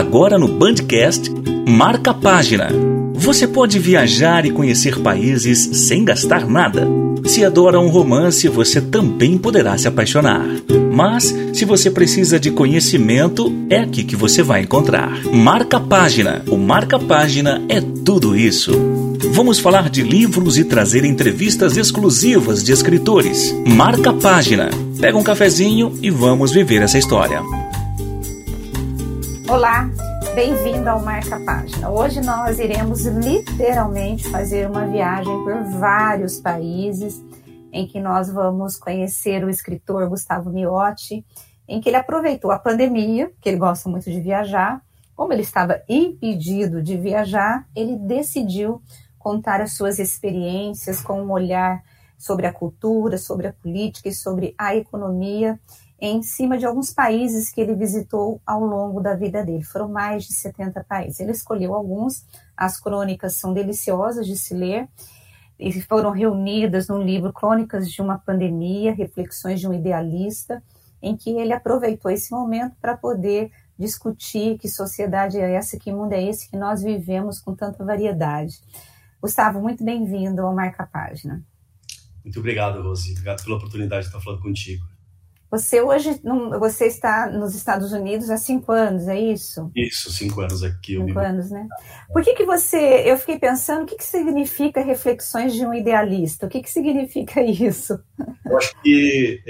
Agora no Bandcast, Marca a Página. Você pode viajar e conhecer países sem gastar nada. Se adora um romance, você também poderá se apaixonar. Mas, se você precisa de conhecimento, é aqui que você vai encontrar. Marca a Página. O Marca a Página é tudo isso. Vamos falar de livros e trazer entrevistas exclusivas de escritores. Marca a Página. Pega um cafezinho e vamos viver essa história. Olá, bem-vindo ao Marca a Página. Hoje nós iremos literalmente fazer uma viagem por vários países, em que nós vamos conhecer o escritor Gustavo Miotti, em que ele aproveitou a pandemia, que ele gosta muito de viajar. Como ele estava impedido de viajar, ele decidiu contar as suas experiências com um olhar sobre a cultura, sobre a política e sobre a economia, em cima de alguns países que ele visitou ao longo da vida dele. Foram mais de 70 países. Ele escolheu alguns, as crônicas são deliciosas de se ler, e foram reunidas no livro Crônicas de uma Pandemia, Reflexões de um Idealista, em que ele aproveitou esse momento para poder discutir que sociedade é essa, que mundo é esse que nós vivemos com tanta variedade. Gustavo, muito bem-vindo ao Marca a Página. Muito obrigado, Rose. Obrigado pela oportunidade de estar falando contigo. Você está nos Estados Unidos há 5 anos, é isso? Isso, 5 anos aqui. 5 anos, né? Por que eu fiquei pensando, o que significa Reflexões de um Idealista? O que significa isso? Eu acho que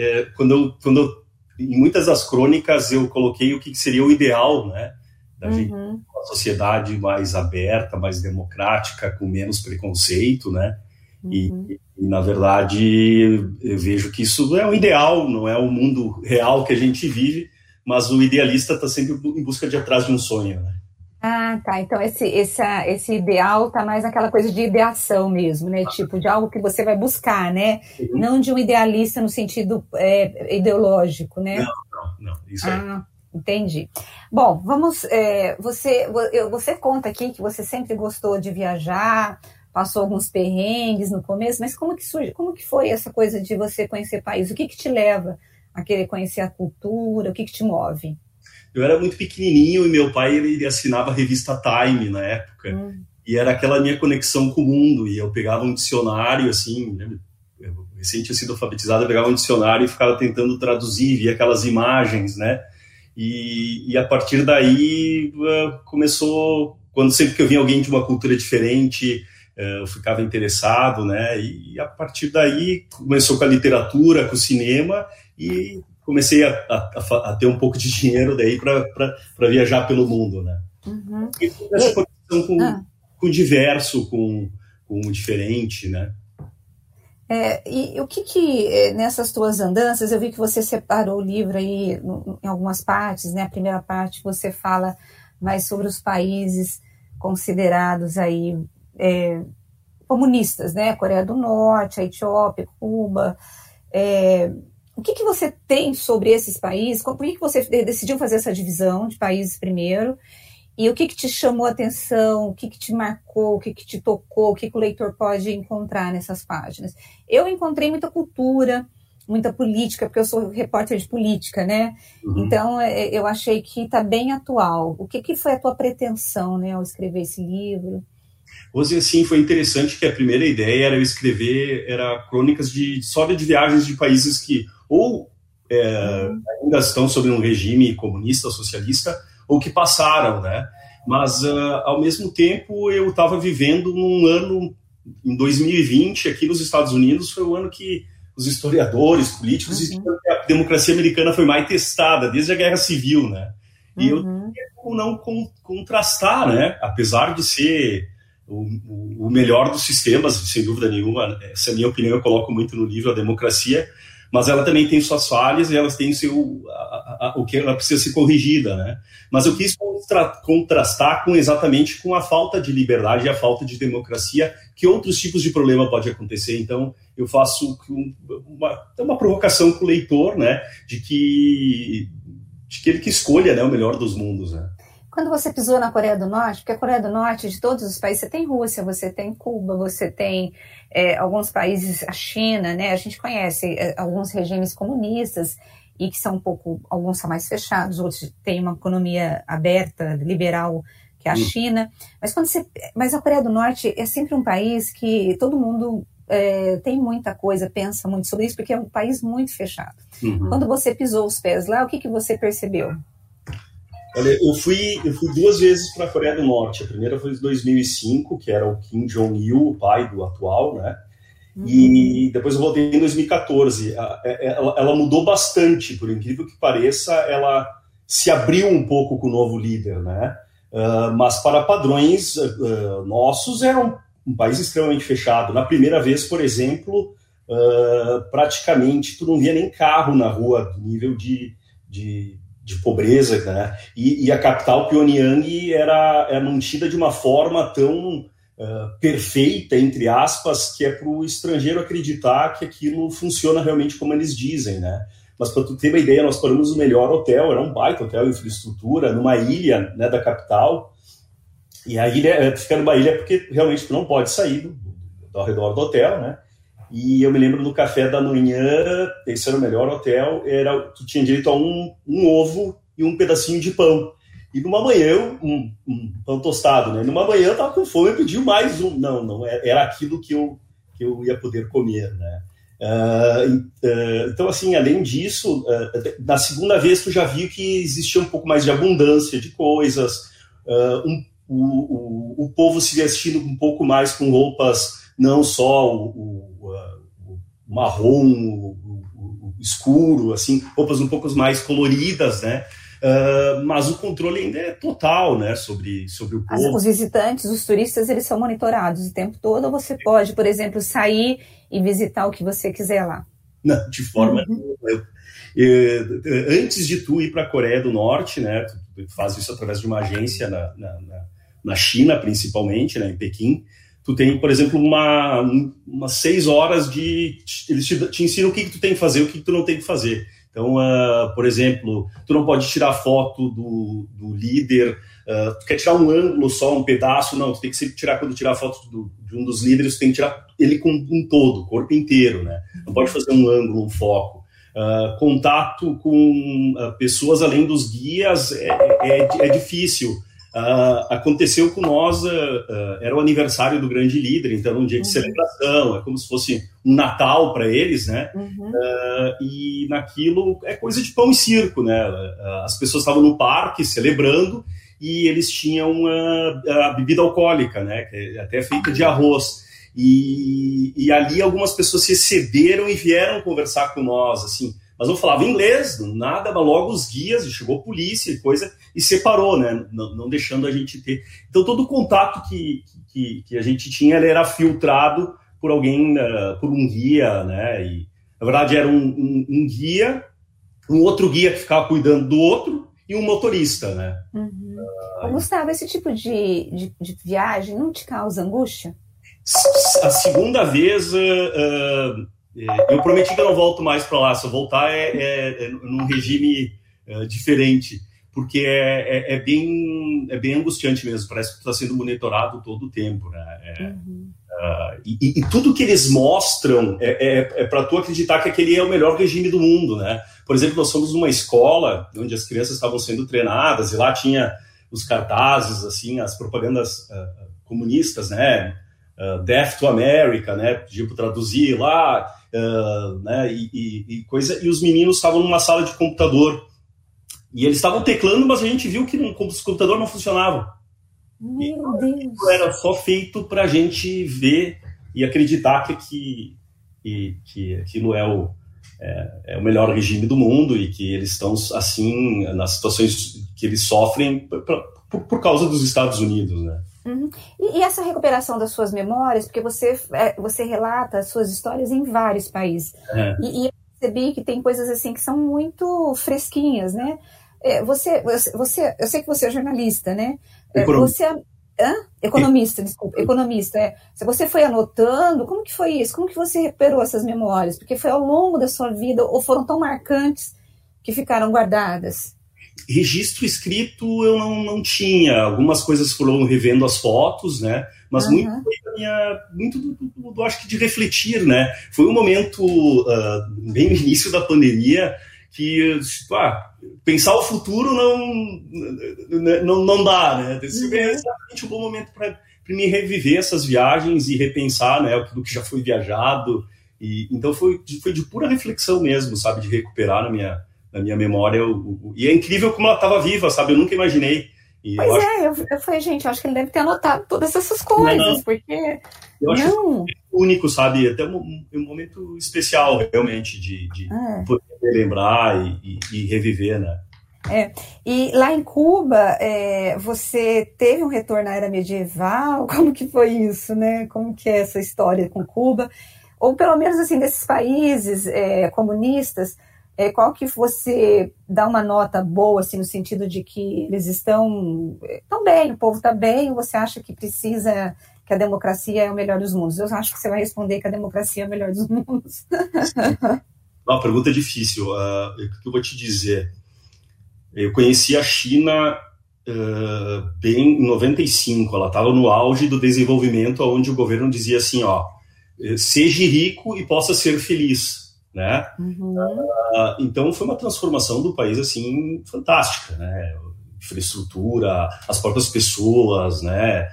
em muitas das crônicas eu coloquei o que seria o ideal, né? Da gente, uma sociedade mais aberta, mais democrática, com menos preconceito, né? E, na verdade, eu vejo que isso é o ideal, não é o mundo real que a gente vive, mas o idealista está sempre em busca de atrás de um sonho, né? Ah, tá. Então esse ideal está mais naquela coisa de ideação mesmo, né? Tipo, de algo que você vai buscar, né? Não de um idealista no sentido ideológico, né? Não. Isso aí. Entendi. Bom, vamos... você conta aqui que você sempre gostou de viajar, passou alguns perrengues no começo, mas como que surge? Como que foi essa coisa de você conhecer país? O que te leva a querer conhecer a cultura? O que te move? Eu era muito pequenininho e meu pai ele assinava a revista Time na época, e era aquela minha conexão com o mundo, e eu pegava um dicionário, assim, eu recém tinha sido alfabetizado, eu pegava um dicionário e ficava tentando traduzir, via aquelas imagens, né? E a partir daí começou, sempre que eu via alguém de uma cultura diferente, eu ficava interessado, né? E a partir daí começou com a literatura, com o cinema, e comecei a ter um pouco de dinheiro daí para viajar pelo mundo, né? E essa conexão com o diverso, com o diferente, né? E o que nessas tuas andanças, eu vi que você separou o livro aí em algumas partes, né? A primeira parte você fala mais sobre os países considerados aí comunistas, né? Coreia do Norte, a Etiópia, Cuba. O que você tem sobre esses países? Por que você decidiu fazer essa divisão de países primeiro? E o que te chamou a atenção? O que te marcou? O que te tocou? O que o leitor pode encontrar nessas páginas? Eu encontrei muita cultura, muita política, porque eu sou repórter de política, né? Então, eu achei que está bem atual. O que foi a tua pretensão, né, ao escrever esse livro? Hoje, assim, foi interessante que a primeira ideia era eu escrever crônicas de história de viagens de países que ainda estão sob um regime comunista, socialista, ou que passaram, né? Mas, ao mesmo tempo, eu estava vivendo num ano, em 2020, aqui nos Estados Unidos, foi o ano que os historiadores, políticos, diziam que a democracia americana foi mais testada, desde a Guerra Civil, né? E eu não contrastar, né? Apesar de ser o melhor dos sistemas, sem dúvida nenhuma, essa é a minha opinião, eu coloco muito no livro, a democracia, mas ela também tem suas falhas e elas têm o que ela precisa ser corrigida, né? Mas eu quis contrastar exatamente com a falta de liberdade e a falta de democracia, que outros tipos de problema pode acontecer. Então, eu faço uma provocação com o leitor, né? De que ele que escolha, né, o melhor dos mundos, né? Quando você pisou na Coreia do Norte, porque a Coreia do Norte, de todos os países, você tem Rússia, você tem Cuba, você tem alguns países, a China, né? A gente conhece alguns regimes comunistas, e que são alguns são mais fechados, outros têm uma economia aberta, liberal, que é a China. Mas a Coreia do Norte é sempre um país que todo mundo tem muita coisa, pensa muito sobre isso, porque é um país muito fechado. Quando você pisou os pés lá, o que você percebeu? Olha, eu fui 2 vezes para a Coreia do Norte. A primeira foi em 2005, que era o Kim Jong-il, o pai do atual, né? E depois eu voltei em 2014. Ela mudou bastante, por incrível que pareça, ela se abriu um pouco com o novo líder, né? Mas para padrões nossos era um país extremamente fechado. Na primeira vez, por exemplo, praticamente tu não via nem carro na rua, do nível de pobreza, né? E a capital, Pyongyang, era mantida de uma forma tão perfeita, entre aspas, que é para o estrangeiro acreditar que aquilo funciona realmente como eles dizem, né? Mas para tu ter uma ideia, nós paramos no melhor hotel, era um baita hotel, infraestrutura, numa ilha, né, da capital. E a ilha, fica numa ilha porque realmente tu não pode sair ao redor do hotel, né? E eu me lembro no café da manhã, esse era o melhor hotel, tu tinha direito a um ovo e um pedacinho de pão. E numa manhã, um pão tostado, né? Numa manhã eu tava com fome e pedi mais um. Não, era aquilo que eu ia poder comer, né? Então, assim, além disso, na segunda vez tu já viu que existia um pouco mais de abundância de coisas, o povo se vestindo um pouco mais com roupas, não só o marrom, o escuro, assim, roupas um pouco mais coloridas, né? Mas o controle ainda é total, né, sobre o povo. Os visitantes, os turistas, eles são monitorados o tempo todo, ou você pode, por exemplo, sair e visitar o que você quiser lá? Não, de forma nenhuma. Antes de tu ir para a Coreia do Norte, né, tu faz isso através de uma agência na China, principalmente, né, em Pequim. Tu tem, por exemplo, umas 6 horas eles te ensinam o que tu tem que fazer, o que tu não tem que fazer. Então, por exemplo, tu não pode tirar foto do líder, tu quer tirar um ângulo só, um pedaço, não, tu tem que sempre tirar, quando tirar foto de um dos líderes, tu tem que tirar ele com um todo, o corpo inteiro, né? Não pode fazer um ângulo, um foco. Contato com pessoas além dos guias é difícil. Aconteceu com nós, era o aniversário do grande líder, então um dia de celebração, é como se fosse um Natal para eles, né? E naquilo é coisa de pão e circo, né? As pessoas estavam no parque celebrando e eles tinham a bebida alcoólica, né? Que é até feita de arroz. E ali algumas pessoas se excederam e vieram conversar com nós, assim. Mas não falava inglês, nada, mas logo os guias, chegou a polícia e coisa, e separou, né? Não deixando a gente ter. Então, todo o contato que a gente tinha, ele era filtrado por alguém, por um guia, né? E, na verdade, era um guia, um outro guia que ficava cuidando do outro, e um motorista, né? Gustavo, esse tipo de viagem não te causa angústia? A segunda vez... eu prometi que eu não volto mais para lá. Se eu voltar num regime diferente, porque é bem angustiante mesmo. Parece que tu está sendo monitorado todo o tempo, né? E tudo que eles mostram é para tu acreditar que aquele é o melhor regime do mundo, né? Por exemplo, nós fomos numa escola onde as crianças estavam sendo treinadas e lá tinha os cartazes, assim, as propagandas comunistas, né? Death to America, né? Pediu para traduzir lá, né? E coisa. E os meninos estavam numa sala de computador e eles estavam teclando, mas a gente viu que os computadores não funcionavam. Meu Deus! Era só feito para a gente ver e acreditar que aquilo é o melhor regime do mundo e que eles estão assim nas situações que eles sofrem por causa dos Estados Unidos, né? E essa recuperação das suas memórias, porque você relata as suas histórias em vários países. E eu percebi que tem coisas assim que são muito fresquinhas, né? Eu sei que você é jornalista, né? Economista, desculpa, economista. Se você foi anotando, como que foi isso? Como que você recuperou essas memórias? Porque foi ao longo da sua vida ou foram tão marcantes que ficaram guardadas? Registro escrito eu não tinha. Algumas coisas foram revendo as fotos, né? Mas muito acho que de refletir, né? Foi um momento bem no início da pandemia que pensar o futuro não dá, né? Esse é exatamente um bom momento para me reviver essas viagens e repensar, né, aquilo que já foi viajado. E então foi de pura reflexão mesmo, sabe, de recuperar na minha memória. E é incrível como ela estava viva, sabe? Eu nunca imaginei. E eu falei, gente, eu acho que ele deve ter anotado todas essas coisas, porque... Eu acho único, sabe? Até um momento especial, realmente, de poder lembrar e reviver, né? E lá em Cuba, você teve um retorno à era medieval? Como que foi isso, né? Como que é essa história com Cuba? Ou pelo menos, assim, desses países comunistas, qual que você dá uma nota boa, assim, no sentido de que eles estão bem, o povo está bem, ou você acha que precisa... que a democracia é o melhor dos mundos? Eu acho que você vai responder que a democracia é o melhor dos mundos. Uma pergunta difícil. O que eu vou te dizer? Eu conheci a China bem em 95. Ela estava no auge do desenvolvimento, onde o governo dizia assim, seja rico e possa ser feliz, né? Então foi uma transformação do país assim fantástica, né? Infraestrutura, as próprias pessoas, né?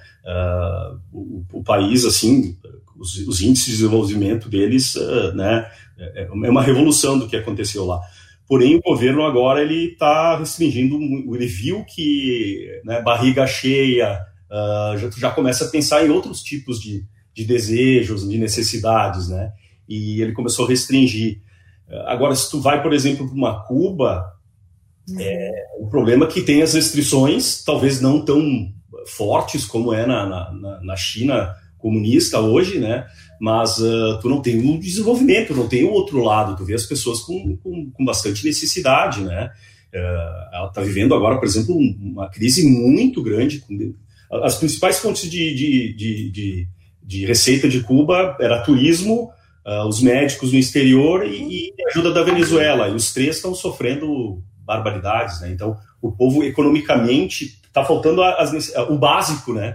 O país, assim, os índices de desenvolvimento deles, né, é uma revolução do que aconteceu lá. Porém, o governo agora ele está restringindo, ele viu que, né, barriga cheia, já começa a pensar em outros tipos de desejos, de necessidades, né, e ele começou a restringir. Agora, se tu vai, por exemplo, para uma Cuba, o problema é que tem as restrições, talvez não tão fortes como é na China comunista hoje, né? Mas tu não tem o desenvolvimento, não tem o outro lado. Tu vê as pessoas com bastante necessidade, né? Ela está vivendo agora, por exemplo, uma crise muito grande. As principais fontes de receita de Cuba era turismo, os médicos no exterior e ajuda da Venezuela. E os três estão sofrendo barbaridades, né? Então, o povo economicamente está faltando o básico, né?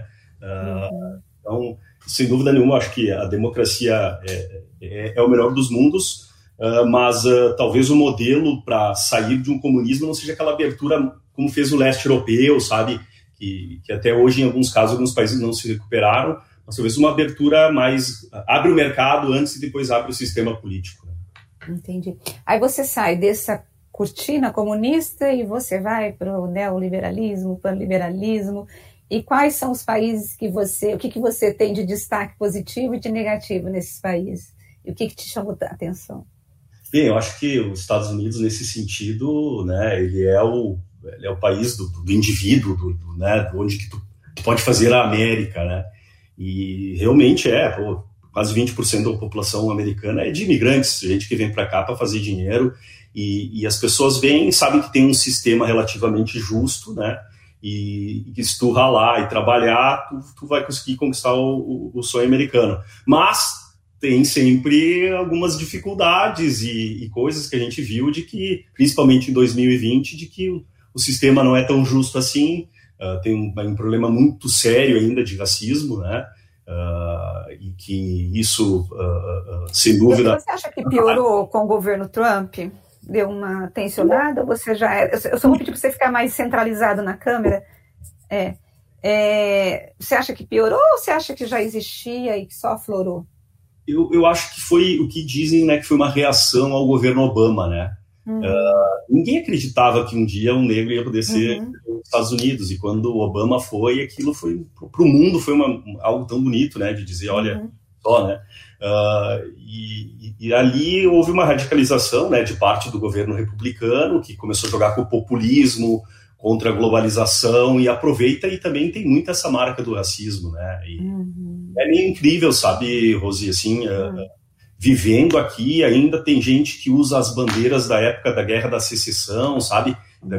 Então, sem dúvida nenhuma, acho que a democracia é o melhor dos mundos, mas talvez o modelo para sair de um comunismo não seja aquela abertura como fez o leste europeu, sabe? Que até hoje, em alguns casos, alguns países não se recuperaram, mas talvez uma abertura mais... abre o mercado antes e depois abre o sistema político. Né? Entendi. Aí você sai dessa cortina comunista e você vai para o neoliberalismo, panliberalismo. E quais são os países que o que você tem de destaque positivo e de negativo nesses países? E o que te chamou a atenção? Bem, eu acho que os Estados Unidos, nesse sentido, né, ele é o país do indivíduo, né, onde que tu pode fazer a América, né? E realmente quase 20% da população americana é de imigrantes, gente que vem para cá para fazer dinheiro. E as pessoas sabem que tem um sistema relativamente justo, né? E que se tu ralar e trabalhar, tu vai conseguir conquistar o sonho americano. Mas tem sempre algumas dificuldades e coisas que a gente viu de que, principalmente em 2020, de que o sistema não é tão justo assim. Tem um problema muito sério ainda de racismo, né? E que isso, sem dúvida... Você acha que piorou com o governo Trump? Deu uma tensionada? Você eu só vou pedir para você ficar mais centralizado na câmera. Você acha que piorou ou você acha que já existia e que só aflorou? Eu acho que foi o que dizem, né, que foi uma reação ao governo Obama, né? Ninguém acreditava que um dia um negro ia poder ser nos Estados Unidos, e quando o Obama foi, aquilo foi para o mundo, foi algo tão bonito, né, de dizer, olha, só, né? E ali houve uma radicalização, né, de parte do governo republicano, que começou a jogar com o populismo, contra a globalização, e aproveita, e também tem muito essa marca do racismo, né? É meio incrível, sabe, Rosi, assim, vivendo aqui, ainda tem gente que usa as bandeiras da época da Guerra da Secessão, sabe?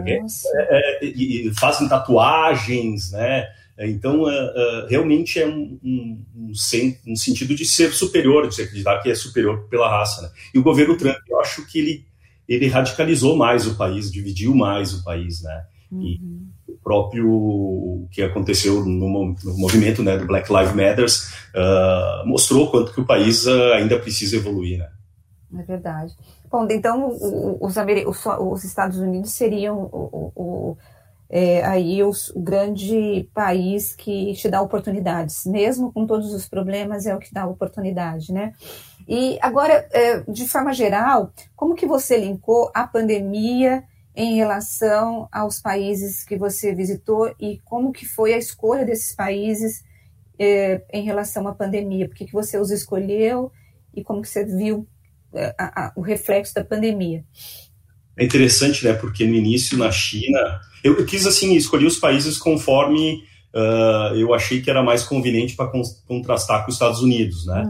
E fazem tatuagens, né? Então, realmente é um sentido de ser superior, de se acreditar que é superior pela raça, né? E o governo Trump, eu acho que ele radicalizou mais o país, dividiu mais o país, né? E o próprio que aconteceu no movimento, né, do Black Lives Matter mostrou quanto que o país ainda precisa evoluir, né? É verdade. Bom, então os Estados Unidos seriam aí o grande país que te dá oportunidades, mesmo com todos os problemas, é o que dá oportunidade, né? E agora, de forma geral, como que você linkou a pandemia em relação aos países que você visitou e como que foi a escolha desses países em relação à pandemia? Por que você os escolheu e como que você viu o reflexo da pandemia? É interessante, né? Porque no início, na China, eu quis, assim, escolher os países conforme eu achei que era mais conveniente para contrastar com os Estados Unidos, né?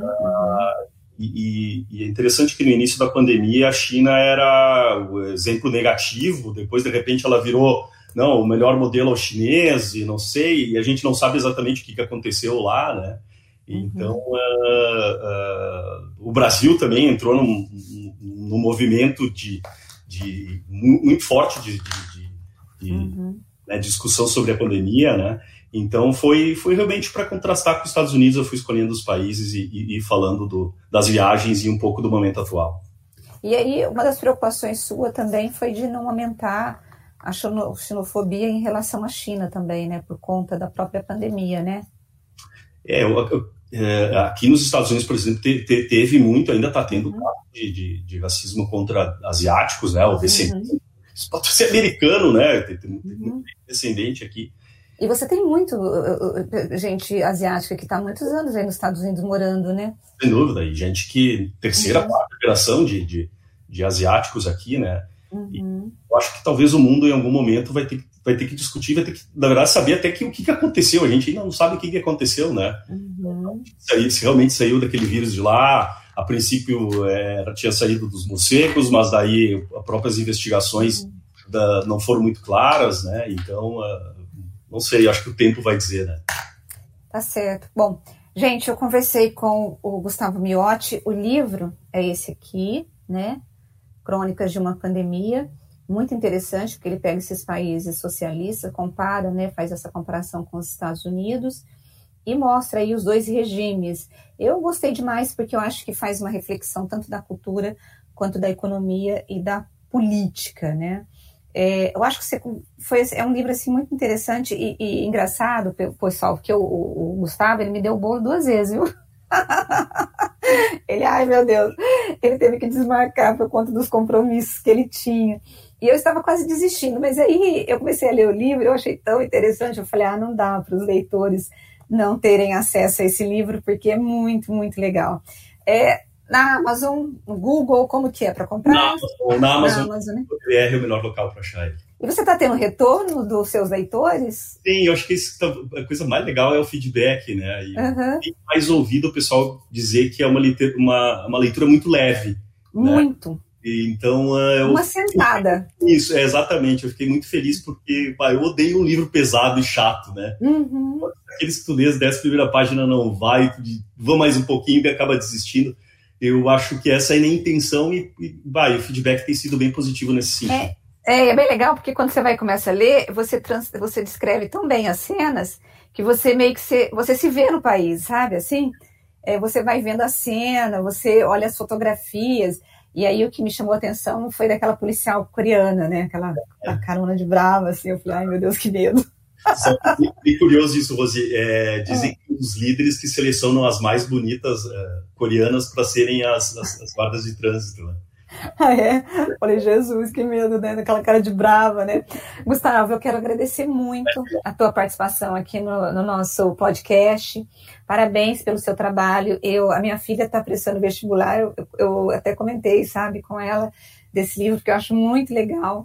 E é interessante que no início da pandemia a China era o exemplo negativo, depois de repente ela virou, não, o melhor modelo é o chinês, e não sei, e a gente não sabe exatamente o que aconteceu lá, né? Então, o Brasil também entrou num movimento muito forte de discussão sobre a pandemia, né? Então, foi realmente para contrastar com os Estados Unidos, eu fui escolhendo os países e falando das viagens e um pouco do momento atual. E aí, uma das preocupações sua também foi de não aumentar a xenofobia em relação à China também, né? Por conta da própria pandemia, né? Aqui nos Estados Unidos, por exemplo, teve muito, ainda está tendo caso de racismo contra asiáticos, né? O descendente. Isso pode ser americano, né? Tem muito descendente aqui. E você tem muito gente asiática que está há muitos anos aí nos Estados Unidos morando, né? Sem dúvida, e gente que terceira, quarta geração de asiáticos aqui, né? E eu acho que talvez o mundo em algum momento vai ter que discutir, vai ter que, na verdade, saber até o que aconteceu. A gente ainda não sabe o que aconteceu, né? Se realmente saiu daquele vírus de lá, a princípio tinha saído dos morcegos, mas daí as próprias investigações não foram muito claras, né? Então, não sei, acho que o tempo vai dizer, né? Tá certo. Bom, gente, eu conversei com o Gustavo Miotti, o livro é esse aqui, né? Crônicas de uma Pandemia, muito interessante, porque ele pega esses países socialistas, compara, né, faz essa comparação com os Estados Unidos e mostra aí os dois regimes. Eu gostei demais porque eu acho que faz uma reflexão tanto da cultura quanto da economia e da política, né? Eu acho que é um livro assim, muito interessante e engraçado, pessoal, porque o Gustavo ele me deu o bolo 2 vezes, viu? Ele, ai meu Deus, ele teve que desmarcar por conta dos compromissos que ele tinha. E eu estava quase desistindo, mas aí eu comecei a ler o livro, eu achei tão interessante, eu falei, não dá para os leitores não terem acesso a esse livro, porque é muito, muito legal. Na Amazon, no Google, como que é para comprar? Na Amazon, né? É o melhor local para achar ele. E você está tendo retorno dos seus leitores? Sim, eu acho que a coisa mais legal é o feedback, né? E tem mais ouvido o pessoal dizer que é uma leitura muito leve. Muito. Né? E, então, uma sentada. Isso, exatamente. Eu fiquei muito feliz porque eu odeio um livro pesado e chato, né? Aqueles que tu lês 10ª página não vai, vão mais um pouquinho e acaba desistindo. Eu acho que essa é a intenção e o feedback tem sido bem positivo nesse sentido. É bem legal, porque quando você vai começar a ler, você descreve tão bem as cenas que você meio que você se vê no país, sabe? Assim, você vai vendo a cena, você olha as fotografias, e aí o que me chamou a atenção foi daquela policial coreana, né? Aquela carona de brava, assim, eu falei, ai meu Deus, que medo. Bem curioso isso, Rosi. Dizem que os líderes que selecionam as mais bonitas coreanas para serem as guardas de trânsito, né? Falei, Jesus, que medo, né? Daquela cara de brava, né? Gustavo, eu quero agradecer muito a tua participação aqui no nosso podcast. Parabéns pelo seu trabalho. A minha filha está prestando vestibular, eu até comentei, sabe, com ela desse livro, que eu acho muito legal.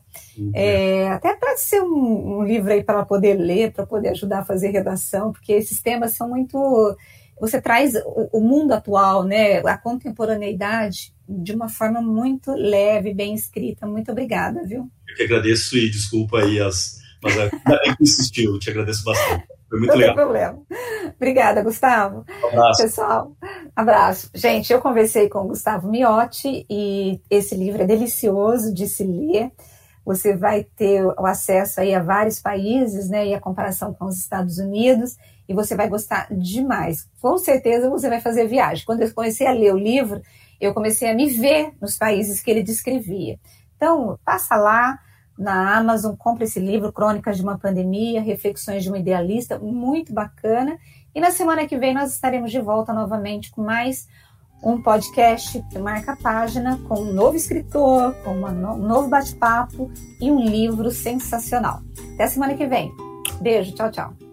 Até para ser um livro aí para ela poder ler, para poder ajudar a fazer redação, porque esses temas são muito... Você traz o mundo atual, né, a contemporaneidade, de uma forma muito leve, bem escrita. Muito obrigada, viu? Eu que agradeço e desculpa aí mas ainda bem que insistiu, eu te agradeço bastante. Foi muito legal. Não tem problema. Obrigada, Gustavo. Um abraço. Pessoal, abraço. Gente, eu conversei com o Gustavo Miotti e esse livro é delicioso de se ler. Você vai ter o acesso aí a vários países, né, e a comparação com os Estados Unidos, e você vai gostar demais. Com certeza você vai fazer viagem. Quando eu comecei a ler o livro, eu comecei a me ver nos países que ele descrevia. Então, passa lá na Amazon, compra esse livro, Crônicas de uma Pandemia, Reflexões de um Idealista, muito bacana. E na semana que vem nós estaremos de volta novamente com mais um podcast que marca a página, com um novo escritor, com um novo bate-papo e um livro sensacional. Até a semana que vem. Beijo, tchau, tchau.